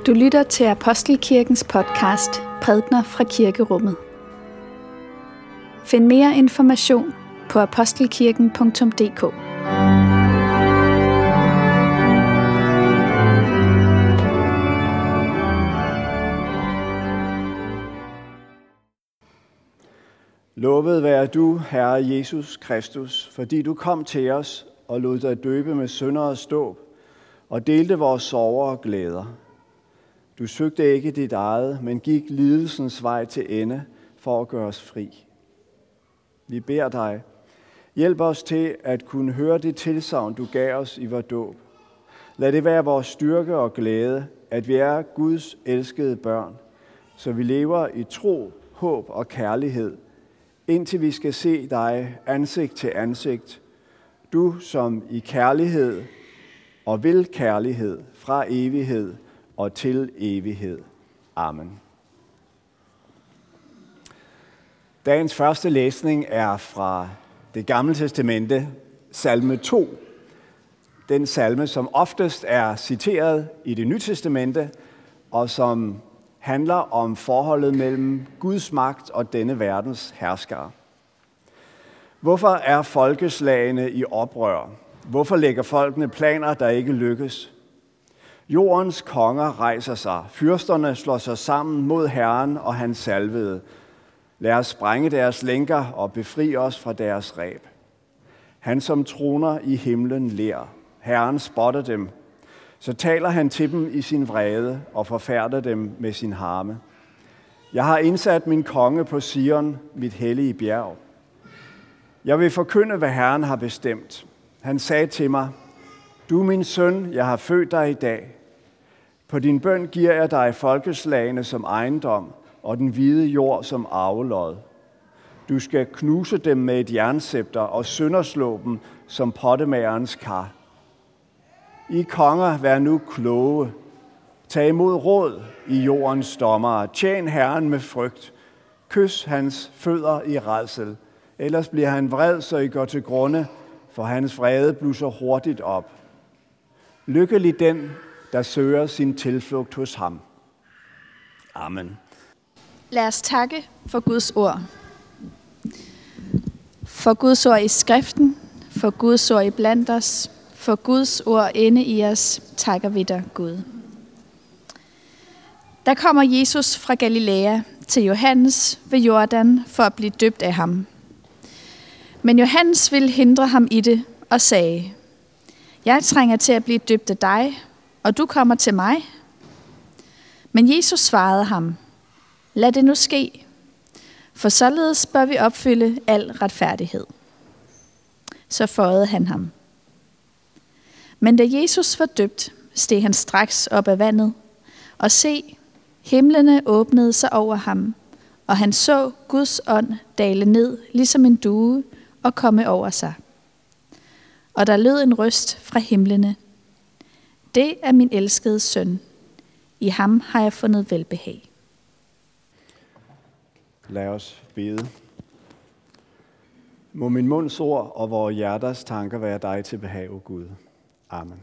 Du lytter til Apostelkirkens podcast Prædikener fra Kirkerummet. Find mere information på apostelkirken.dk. Lovet være du, Herre Jesus Kristus, fordi du kom til os og lod dig døbe med synderes dåb og delte vores sorger og glæder. Du søgte ikke dit eget, men gik lidelsens vej til ende for at gøre os fri. Vi beder dig, hjælp os til at kunne høre det tilsagn, du gav os i vor dåb. Lad det være vores styrke og glæde, at vi er Guds elskede børn, så vi lever i tro, håb og kærlighed, indtil vi skal se dig ansigt til ansigt, du som i kærlighed og vil kærlighed fra evighed og til evighed. Amen. Dagens første læsning er fra Det Gamle Testamente, salme 2. Den salme, som oftest er citeret i Det Nye Testamente, og som handler om forholdet mellem Guds magt og denne verdens herskere. Hvorfor er folkeslagene i oprør? Hvorfor lægger folkene planer, der ikke lykkes? Jordens konger rejser sig. Fyrsterne slår sig sammen mod Herren og hans salvede. Lad os sprænge deres lænker og befri os fra deres reb. Han, som troner i himlen, ler. Herren spotter dem. Så taler han til dem i sin vrede og forfærder dem med sin harme. Jeg har indsat min konge på Sion, mit hellige bjerg. Jeg vil forkynde, hvad Herren har bestemt. Han sagde til mig, du min søn, jeg har født dig i dag. På din bøn giver jeg dig folkeslagene som ejendom og den hvide jord som arvelod. Du skal knuse dem med et jernscepter og sønderslå dem som pottemagerens kar. I konger, vær nu kloge. Tag imod råd i jordens dommere. Tjen Herren med frygt. Kys hans fødder i rædsel. Ellers bliver han vred, så I går til grunde, for hans vrede blusser hurtigt op. Lykkelig den, der søger sin tilflugt hos ham. Amen. Lad os takke for Guds ord. For Guds ord i skriften, for Guds ord i blandt os, for Guds ord inde i os, takker vi dig, Gud. Der kommer Jesus fra Galilea til Johannes ved Jordan for at blive døbt af ham. Men Johannes ville hindre ham i det og sagde, jeg trænger til at blive døbt af dig, og du kommer til mig. Men Jesus svarede ham, lad det nu ske, for således bør vi opfylde al retfærdighed. Så føjede han ham. Men da Jesus var døbt, steg han straks op af vandet, og se, himlene åbnede sig over ham, og han så Guds ånd dale ned, ligesom en due, og komme over sig. Og der lød en røst fra himlene. Det er min elskede søn. I ham har jeg fundet velbehag. Lad os bede. Må min munds ord og vores hjerters tanker være dig til behag, o Gud. Amen.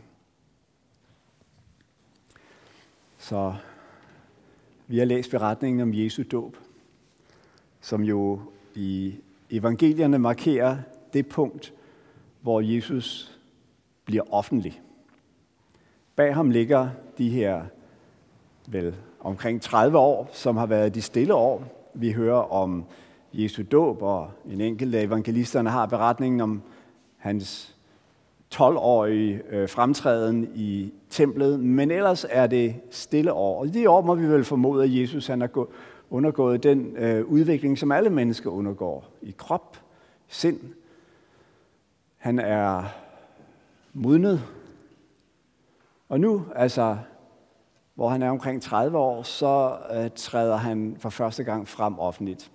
Så vi har læst beretningen om Jesu dåb, som jo i evangelierne markerer det punkt, hvor Jesus bliver offentlig. Bag ham ligger de her vel omkring 30 år, som har været de stille år. Vi hører om Jesu dåb, og en enkelt af evangelisterne har beretningen om hans 12-årige fremtræden i templet, men ellers er det stille år. Og i de år må vi vel formode, at Jesus han har undergået den udvikling, som alle mennesker undergår i krop, sind. Han er modnet. Og nu, altså, hvor han er omkring 30 år, så træder han for første gang frem offentligt.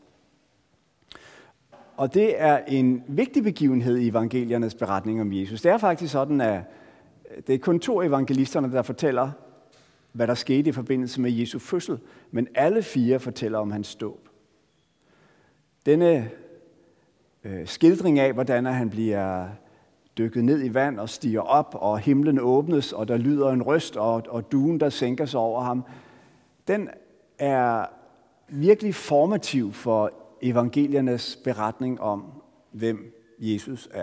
Og det er en vigtig begivenhed i evangeliernes beretning om Jesus. Det er faktisk sådan, at det er kun 2 evangelisterne, der fortæller, hvad der skete i forbindelse med Jesu fødsel, men alle 4 fortæller om hans dåb. Denne skildring af, hvordan han bliver dykket ned i vand og stiger op, og himlen åbnes, og der lyder en røst, og duen, der sænker sig over ham, den er virkelig formativ for evangeliernes beretning om, hvem Jesus er.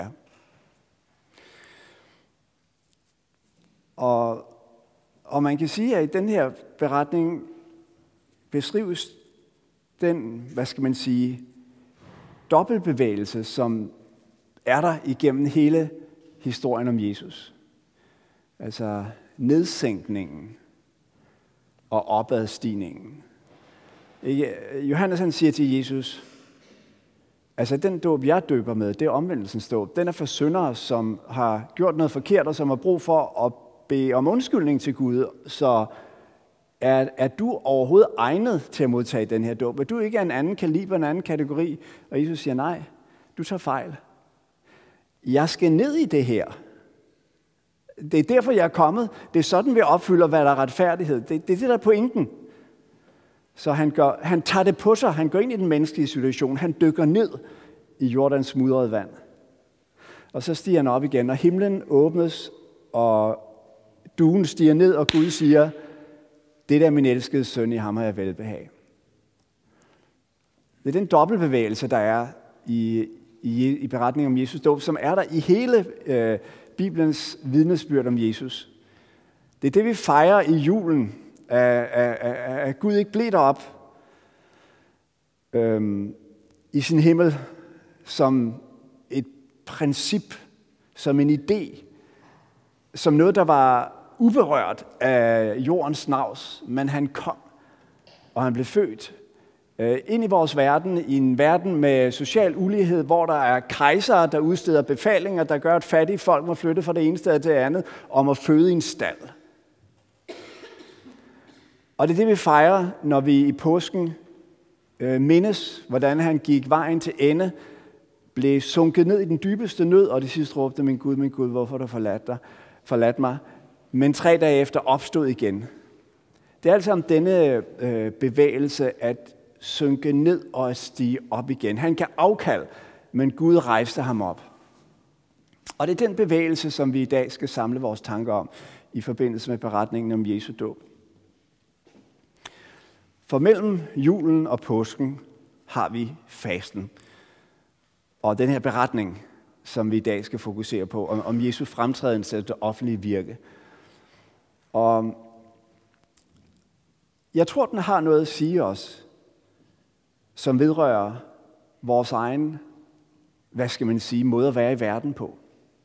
Og man kan sige, at i den her beretning beskrives den, dobbeltbevægelse, som er der igennem hele historien om Jesus. Altså nedsænkningen og opadstigningen. Johannes han siger til Jesus, altså den dåb, jeg døber med, det er omvendelsens dåb. Den er for syndere, som har gjort noget forkert, og som har brug for at bede om undskyldning til Gud. Så er du overhovedet egnet til at modtage den her dåb? Er du ikke af en anden kaliber, en anden kategori? Og Jesus siger, nej, du tager fejl. Jeg skal ned i det her. Det er derfor, jeg er kommet. Det er sådan, vi opfylder, hvad der er retfærdighed. Det er det, der er pointen. Så han tager det på sig. Han går ind i den menneskelige situation. Han dykker ned i Jordans mudrede vand. Og så stiger han op igen, og himlen åbnes, og duen stiger ned, og Gud siger, det der er min elskede søn, i ham har jeg velbehag. Det er den dobbeltbevægelse, der er i beretningen om Jesus dåb, som er der i hele Bibelens vidnesbyrd om Jesus. Det er det, vi fejrer i julen, at Gud ikke blev derop i sin himmel som et princip, som en idé, som noget, der var uberørt af jordens snavs, men han kom, og han blev født ind i vores verden, i en verden med social ulighed, hvor der er kejsere, der udsteder befalinger, der gør, at fattige folk må flytte fra det ene sted til det andet, og må føde i en stald. Og det er det, vi fejrer, når vi i påsken mindes, hvordan han gik vejen til ende, blev sunket ned i den dybeste nød, og det sidste råbte, min Gud, hvorfor har du forladt mig? Men 3 dage efter opstod igen. Det er altså om denne bevægelse at synke ned og at stige op igen. Han kan afkalde, men Gud rejste ham op. Og det er den bevægelse, som vi i dag skal samle vores tanker om i forbindelse med beretningen om Jesu dåb. For mellem julen og påsken har vi fasten. Og den her beretning, som vi i dag skal fokusere på, om Jesu fremtræden til det offentlige virke. Og jeg tror, den har noget at sige os, som vedrører vores egen, måde at være i verden på.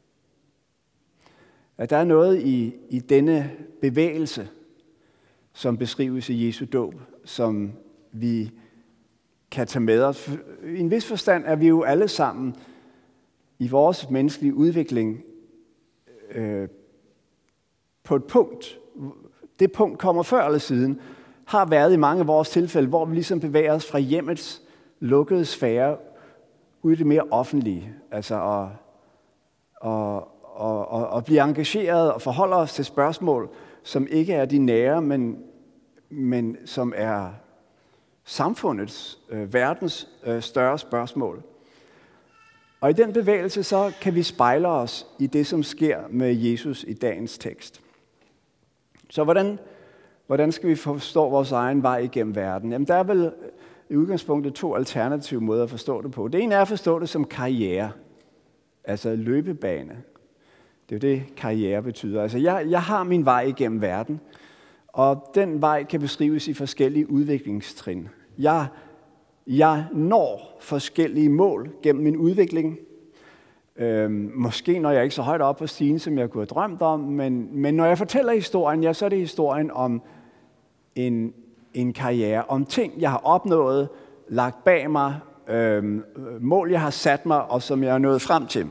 At der er noget i denne bevægelse, som beskrives i Jesu dåb, som vi kan tage med os. I en vis forstand er vi jo alle sammen i vores menneskelige udvikling på et punkt. Det punkt kommer før eller siden, har været i mange af vores tilfælde, hvor vi ligesom bevæger os fra hjemmets lukkede sfære ud i det mere offentlige. Altså at blive engageret og forholde os til spørgsmål, som ikke er de nære, men som er samfundets, verdens større spørgsmål. Og i den bevægelse, så kan vi spejle os i det, som sker med Jesus i dagens tekst. Så hvordan skal vi forstå vores egen vej igennem verden? Jamen, der er vel i udgangspunktet 2 alternative måder at forstå det på. Det ene er at forstå det som karriere, altså løbebane. Det er jo det, karriere betyder. Altså, jeg har min vej igennem verden, og den vej kan beskrives i forskellige udviklingstrin. Jeg når forskellige mål gennem min udvikling. Måske når jeg ikke så højt op på stigen, som jeg kunne have drømt om, men når jeg fortæller historien, ja, så er det historien om en karriere, om ting, jeg har opnået, lagt bag mig, mål, jeg har sat mig, og som jeg er nået frem til.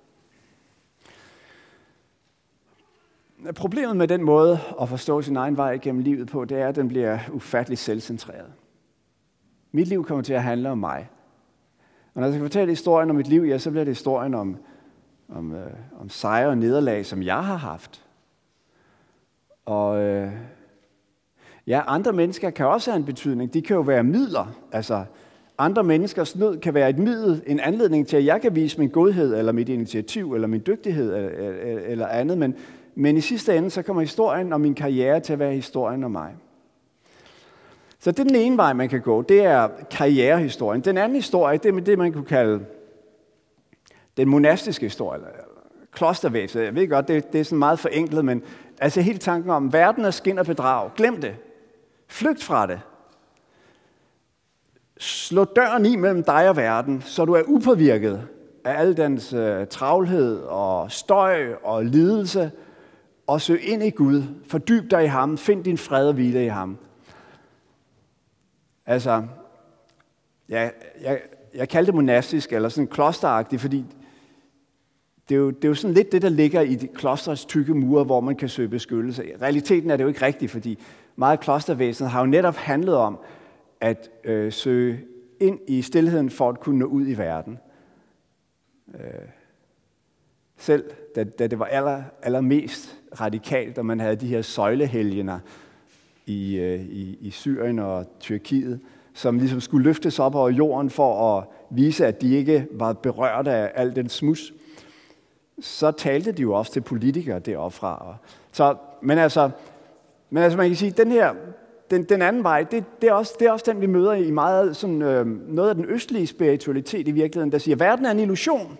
Problemet med den måde at forstå sin egen vej gennem livet på, det er, at den bliver ufattelig selvcentreret. Mit liv kommer til at handle om mig. Og når jeg skal fortælle historien om mit liv, ja, så bliver det historien om sejre og nederlag, som jeg har haft. Og andre mennesker kan også have en betydning. De kan jo være midler. Altså, Andre menneskers nød kan være et middel, en anledning til, at jeg kan vise min godhed, eller mit initiativ, eller min dygtighed, eller andet. Men i sidste ende, så kommer historien og min karriere til at være historien om mig. Så det er den ene vej, man kan gå. Det er karrierehistorien. Den anden historie, det er det, man kunne kalde den monastiske historie, eller klostervæsenet. Jeg ved godt, det er sådan meget forenklet, men altså hele tanken om, verden er skind og bedrag. Glem det. Flygt fra det. Slå døren i mellem dig og verden, så du er upåvirket af al dens travlhed og støj og lidelse, og søg ind i Gud. Fordyb dig i ham. Find din fred og hvile i ham. Altså, jeg kalder det monastisk, eller sådan klosteragtigt, fordi det er jo sådan lidt det, der ligger i de klostrets tykke mure, hvor man kan søge beskyttelse. I realiteten er det jo ikke rigtigt, fordi meget klostervæsenet har jo netop handlet om at søge ind i stilheden for at kunne nå ud i verden. Selv da det var allermest radikalt, og man havde de her søjlehelgener i Syrien og Tyrkiet, som ligesom skulle løftes op over jorden for at vise, at de ikke var berørt af al den smuds, så talte de jo også til politikere deroppe fra. Men man kan sige, den anden vej, det er også den, vi møder i meget sådan, noget af den østlige spiritualitet i virkeligheden, der siger, at verden er en illusion.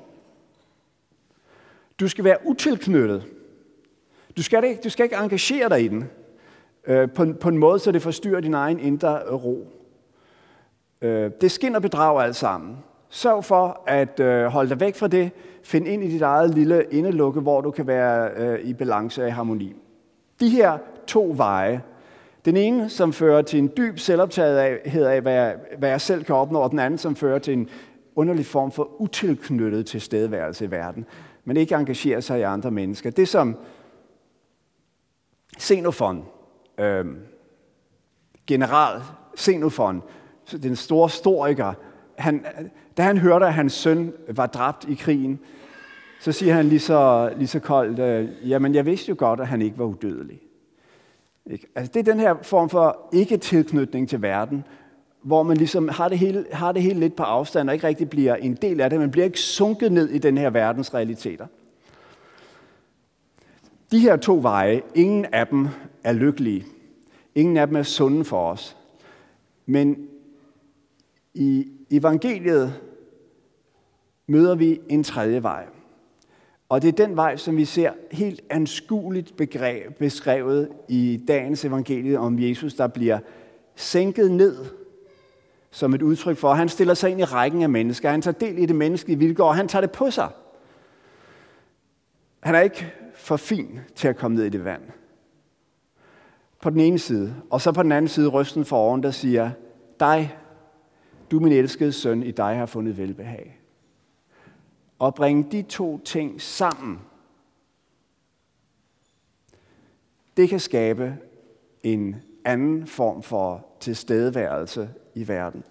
Du skal være utilknyttet. Du skal ikke engagere dig i den på en måde, så det forstyrrer din egen indre ro. Det skinner bedrager alt sammen. Sørg for at holde dig væk fra det. Find ind i dit eget lille indelukke, hvor du kan være i balance og i harmoni. De her to veje. Den ene, som fører til en dyb selvoptagethed af, hvad jeg selv kan opnå, og den anden, som fører til en underlig form for utilknyttet tilstedeværelse i verden, men ikke engagerer sig i andre mennesker. Det som Xenofon, general Xenofon, den store historiker, da han hørte, at hans søn var dræbt i krigen, så siger han lige så koldt, jamen jeg vidste jo godt, at han ikke var udødelig. Ikke? Altså, det er den her form for ikke-tilknytning til verden, hvor man ligesom har det hele lidt på afstand, og ikke rigtig bliver en del af det. Man bliver ikke sunket ned i den her verdens realiteter. De her to veje, ingen af dem er lykkelige. Ingen af dem er sunde for os. Men i evangeliet møder vi en tredje vej. Og det er den vej, som vi ser helt anskueligt beskrevet i dagens evangelie om Jesus, der bliver sænket ned som et udtryk for, at han stiller sig ind i rækken af mennesker. Han tager del i det menneskelige vilkår, og han tager det på sig. Han er ikke for fin til at komme ned i det vand. På den ene side, og så på den anden side røsten for oven, der siger, dig, du min elskede søn, i dig har fundet velbehag. Og bringe de to ting sammen, det kan skabe en anden form for tilstedeværelse i verden.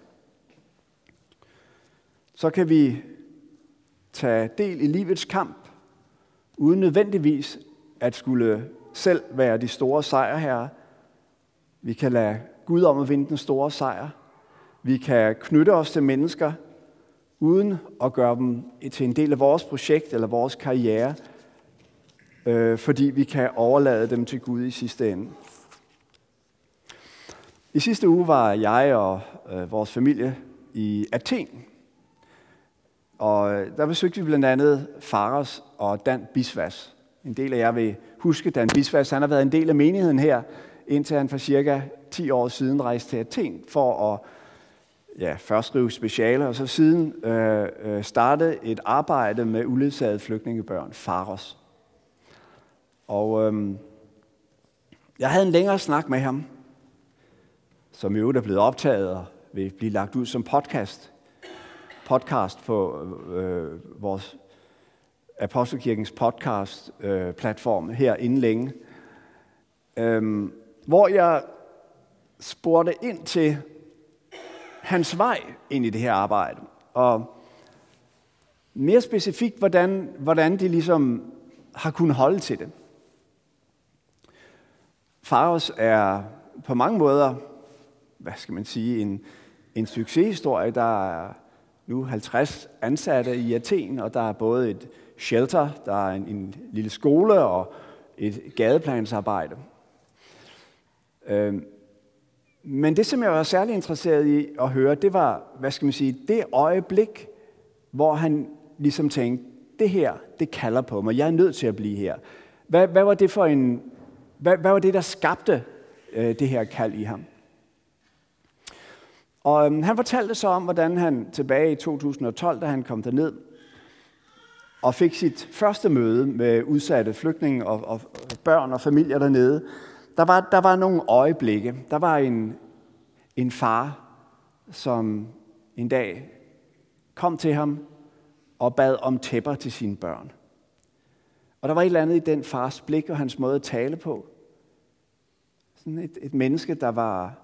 Så kan vi tage del i livets kamp, uden nødvendigvis at skulle selv være de store sejrherrer. Vi kan lade Gud om at vinde den store sejr. Vi kan knytte os til mennesker, uden at gøre dem til en del af vores projekt eller vores karriere, fordi vi kan overlade dem til Gud i sidste ende. I sidste uge var jeg og vores familie i Athen, og der besøgte vi blandt andet Faros og Dan Biswas. En del af jer vil huske Dan Biswas. Han har været en del af menigheden her, indtil han for cirka 10 år siden rejste til Athen for at først skrive specialer, og så siden starte et arbejde med uledsagede flygtningebørn, Faros. Og jeg havde en længere snak med ham, som i øvrigt er blevet optaget og vil blive lagt ud som podcast på vores Apostelkirkens podcast-platform her inden længe, hvor jeg spurgte ind til hans vej ind i det her arbejde, og mere specifikt, hvordan de ligesom har kunnet holde til det. Faros er på mange måder, hvad skal man sige, en succeshistorie. Der er nu 50 ansatte i Athen, og der er både et shelter, der er en lille skole og et gadeplansarbejde. Men det, som jeg var særlig interesseret i at høre, det var, det øjeblik, hvor han ligesom tænkte, det her, det kalder på mig, jeg er nødt til at blive her. Hvad var det hvad var det, der skabte det her kald i ham? Og han fortalte så om, hvordan han tilbage i 2012, da han kom derned og fik sit første møde med udsatte flygtninge og børn og familier dernede, der var nogle øjeblikke. Der var en far, som en dag kom til ham og bad om tæpper til sine børn. Og der var et eller andet i den fars blik og hans måde at tale på. Sådan et menneske, der var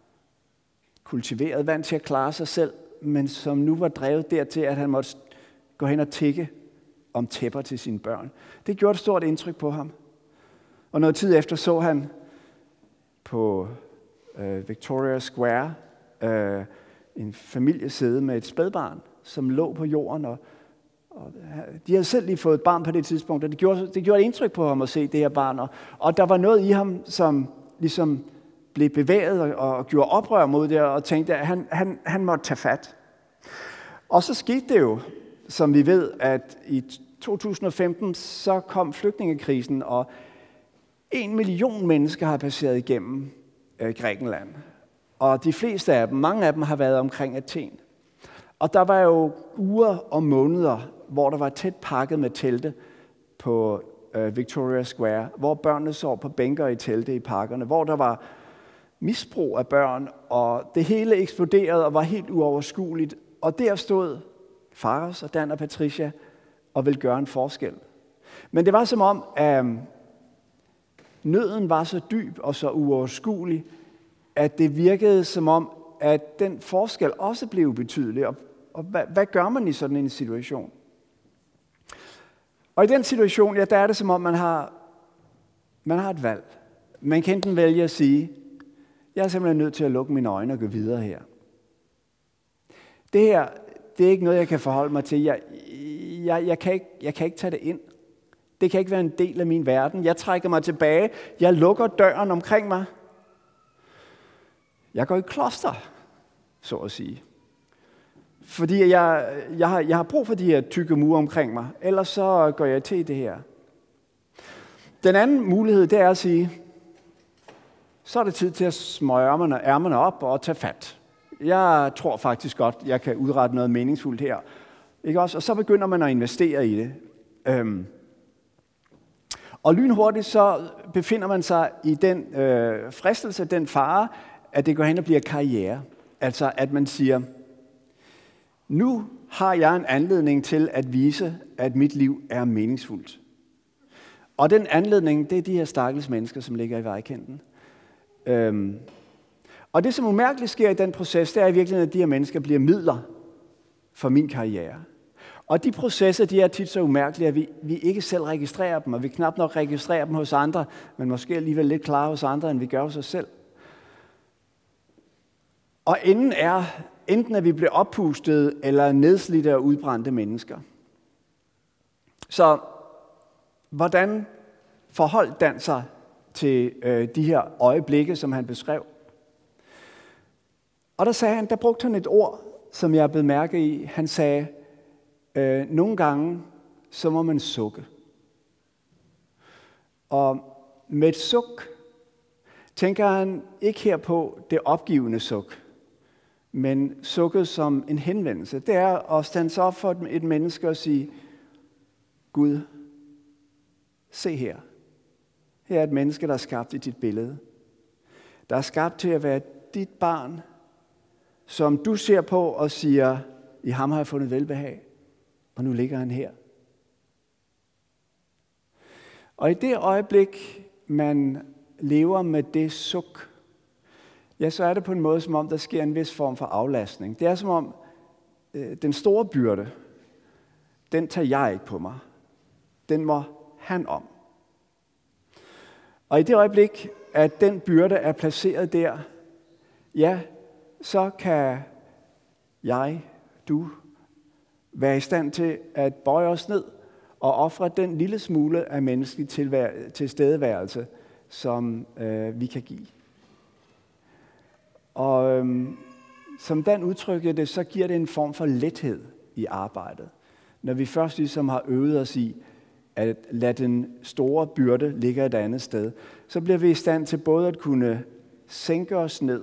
kultiveret, vant til at klare sig selv, men som nu var drevet dertil, at han måtte gå hen og tigge om tæpper til sine børn. Det gjorde et stort indtryk på ham. Og noget tid efter så han på Victoria Square en familie sidde med et spædbarn, som lå på jorden, og de havde selv lige fået et barn på det tidspunkt, og det gjorde et indtryk på ham at se det her barn, og der var noget i ham, som ligesom blev bevæget og gjorde oprør mod det, og tænkte, at han måtte tage fat. Og så skete det jo, som vi ved, at i 2015, så kom flygtningekrisen, og 1 million mennesker har passeret igennem Grækenland. Og de fleste af dem, mange af dem har været omkring Athen. Og der var jo uger og måneder, hvor der var tæt pakket med telte på Victoria Square, hvor børnene sov på bænker i telte i parkerne, hvor der var misbrug af børn, og det hele eksploderede og var helt uoverskueligt. Og der stod Faros og Dan og Patricia og ville gøre en forskel. Men det var som om, at nøden var så dyb og så uoverskuelig, at det virkede som om, at den forskel også blev betydelig. Og hvad gør man i sådan en situation? Og i den situation, ja, der er det som om, man har et valg. Man kan enten vælge at sige, jeg er simpelthen nødt til at lukke mine øjne og gå videre her. Det her, det er ikke noget, jeg kan forholde mig til. Jeg kan ikke tage det ind. Det kan ikke være en del af min verden. Jeg trækker mig tilbage. Jeg lukker døren omkring mig. Jeg går i kloster, så at sige. Fordi jeg har brug for de her tykke mure omkring mig. Ellers så går jeg til det her. Den anden mulighed, det er at sige, så er det tid til at smøge ærmerne op og tage fat. Jeg tror faktisk godt, jeg kan udrette noget meningsfuldt her. Ikke også? Og så begynder man at investere i det. Og lynhurtigt så befinder man sig i den fristelse, den fare, at det går hen og bliver karriere. Altså at man siger, nu har jeg en anledning til at vise, at mit liv er meningsfuldt. Og den anledning, det er de her stakkels mennesker, som ligger i vejkanten. Og det, som umærkeligt sker i den proces, det er i virkeligheden, at de her mennesker bliver midler for min karriere. Og de processer, de er tit så umærkelige, at vi ikke selv registrerer dem, og vi knap nok registrerer dem hos andre, men måske alligevel lidt klare hos andre, end vi gør hos os selv. Og enten at vi bliver oppustede eller nedslidte og udbrændte mennesker. Så hvordan forholdt Dan sig til de her øjeblikke, som han beskrev? Og der brugte han et ord, som jeg blev mærke i. Han sagde, nogle gange, så må man sukke. Og med et suk, tænker han ikke her på det opgivende suk, men sukket som en henvendelse. Det er at stands op for et menneske og sige, Gud, se her. Her er et menneske, der er skabt i dit billede. Der er skabt til at være dit barn, som du ser på og siger, i ham har jeg fundet velbehag, og nu ligger han her. Og i det øjeblik, man lever med det suk, ja, så er det på en måde, som om der sker en vis form for aflastning. Det er som om, den store byrde, den tager jeg ikke på mig. Den må han om. Og i det øjeblik, at den byrde er placeret der, ja, så kan du, være i stand til at bøje os ned og ofre den lille smule af menneskelig tilstedeværelse, som vi kan give. Og som Dan udtrykker det, så giver det en form for lethed i arbejdet. Når vi først ligesom har øvet os i at lade den store byrde ligge et andet sted, så bliver vi i stand til både at kunne sænke os ned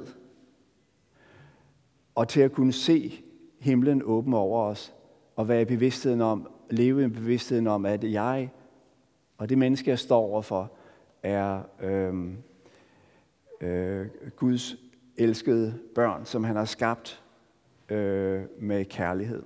og til at kunne se himlen åben over os og være i bevidstheden om, leve i bevidstheden om, at jeg og det menneske, jeg står overfor, er Guds elskede børn, som han har skabt med kærlighed.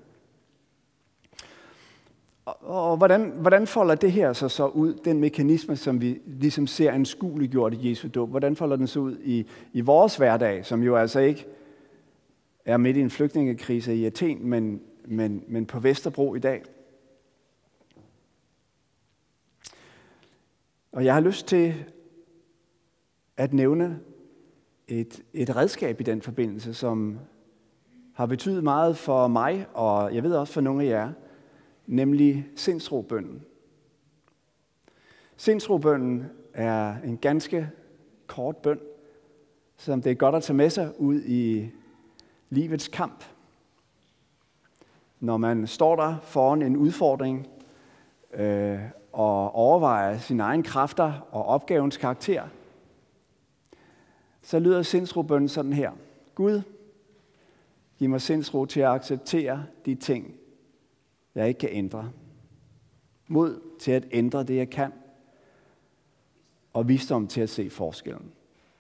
Og hvordan folder det her så ud, den mekanisme, som vi ligesom ser anskueliggjort i Jesu dåb, hvordan folder den så ud i vores hverdag, som jo altså ikke er midt i en flygtningekrise i Athen, men på Vesterbro i dag? Og jeg har lyst til at nævne et redskab i den forbindelse, som har betydet meget for mig, og jeg ved også for nogle af jer, nemlig sindsrobønnen. Sindsrobønnen er en ganske kort bøn, som det er godt at tage med sig ud i livets kamp. Når man står der foran en udfordring og overvejer sine egne kræfter og opgavens karakter, så lyder sindsrobønnen sådan her. Gud, giv mig sindsro til at acceptere de ting, jeg ikke kan ændre. Mod til at ændre det, jeg kan. Og visdom til at se forskellen.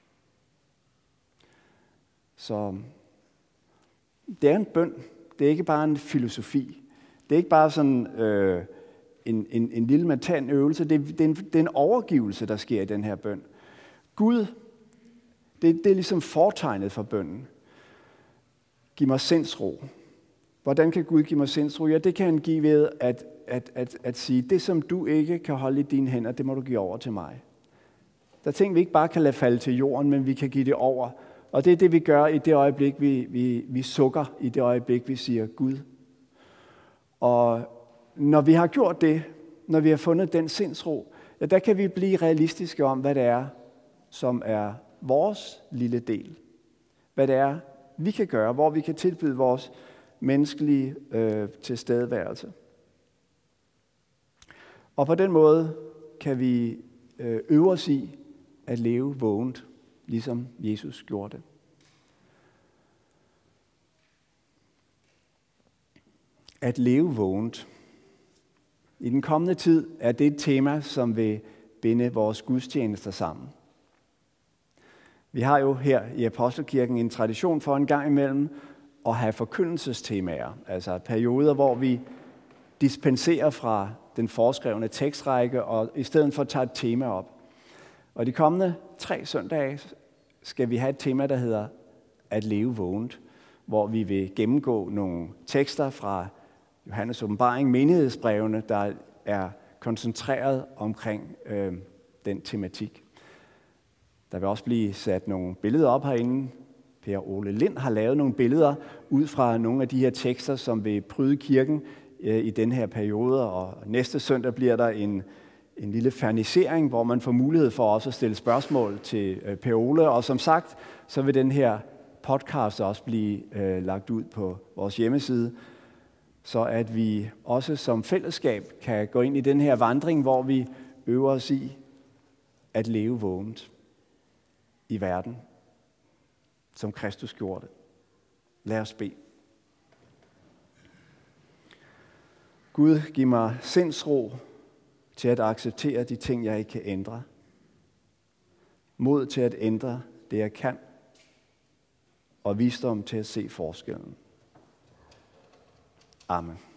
Så det er en bøn. Det er ikke bare en filosofi. Det er ikke bare sådan en lille mental øvelse. Det er en overgivelse, der sker i den her bøn. Gud, det er ligesom fortegnet for bønnen. Giv mig sindsro. Hvordan kan Gud give mig sindsro? Ja, det kan han give ved at sige, det som du ikke kan holde i dine hænder, det må du give over til mig. Der er ting, vi ikke bare kan lade falde til jorden, men vi kan give det over. Og det er det, vi gør i det øjeblik, vi sukker, i det øjeblik, vi siger Gud. Og når vi har gjort det, når vi har fundet den sindsro, ja, der kan vi blive realistiske om, hvad det er, som er vores lille del. Hvad det er, vi kan gøre, hvor vi kan tilbyde vores menneskelige tilstedeværelse. Og på den måde kan vi øve os i at leve vågent, ligesom Jesus gjorde det. At leve vågent. I den kommende tid er det et tema, som vil binde vores gudstjenester sammen. Vi har jo her i Apostelkirken en tradition for en gang imellem at have forkyndelsestemaer, altså perioder, hvor vi dispenserer fra den foreskrevne tekstrække og i stedet for tager et tema op. Og de kommende 3 søndage skal vi have et tema, der hedder at leve vågent, hvor vi vil gennemgå nogle tekster fra Johannes åbenbaring, menighedsbrevene, der er koncentreret omkring den tematik. Der vil også blive sat nogle billeder op herinde. Per Ole Lind har lavet nogle billeder ud fra nogle af de her tekster, som vil pryde kirken i den her periode. Og næste søndag bliver der en lille fernisering, hvor man får mulighed for også at stille spørgsmål til Per Ole. Og som sagt, så vil den her podcast også blive lagt ud på vores hjemmeside, så at vi også som fællesskab kan gå ind i den her vandring, hvor vi øver os i at leve vågent i verden, som Kristus gjorde det. Lad os bede. Gud, giv mig sindsro til at acceptere de ting, jeg ikke kan ændre. Mod til at ændre det, jeg kan. Og visdom til at se forskellen. Amen.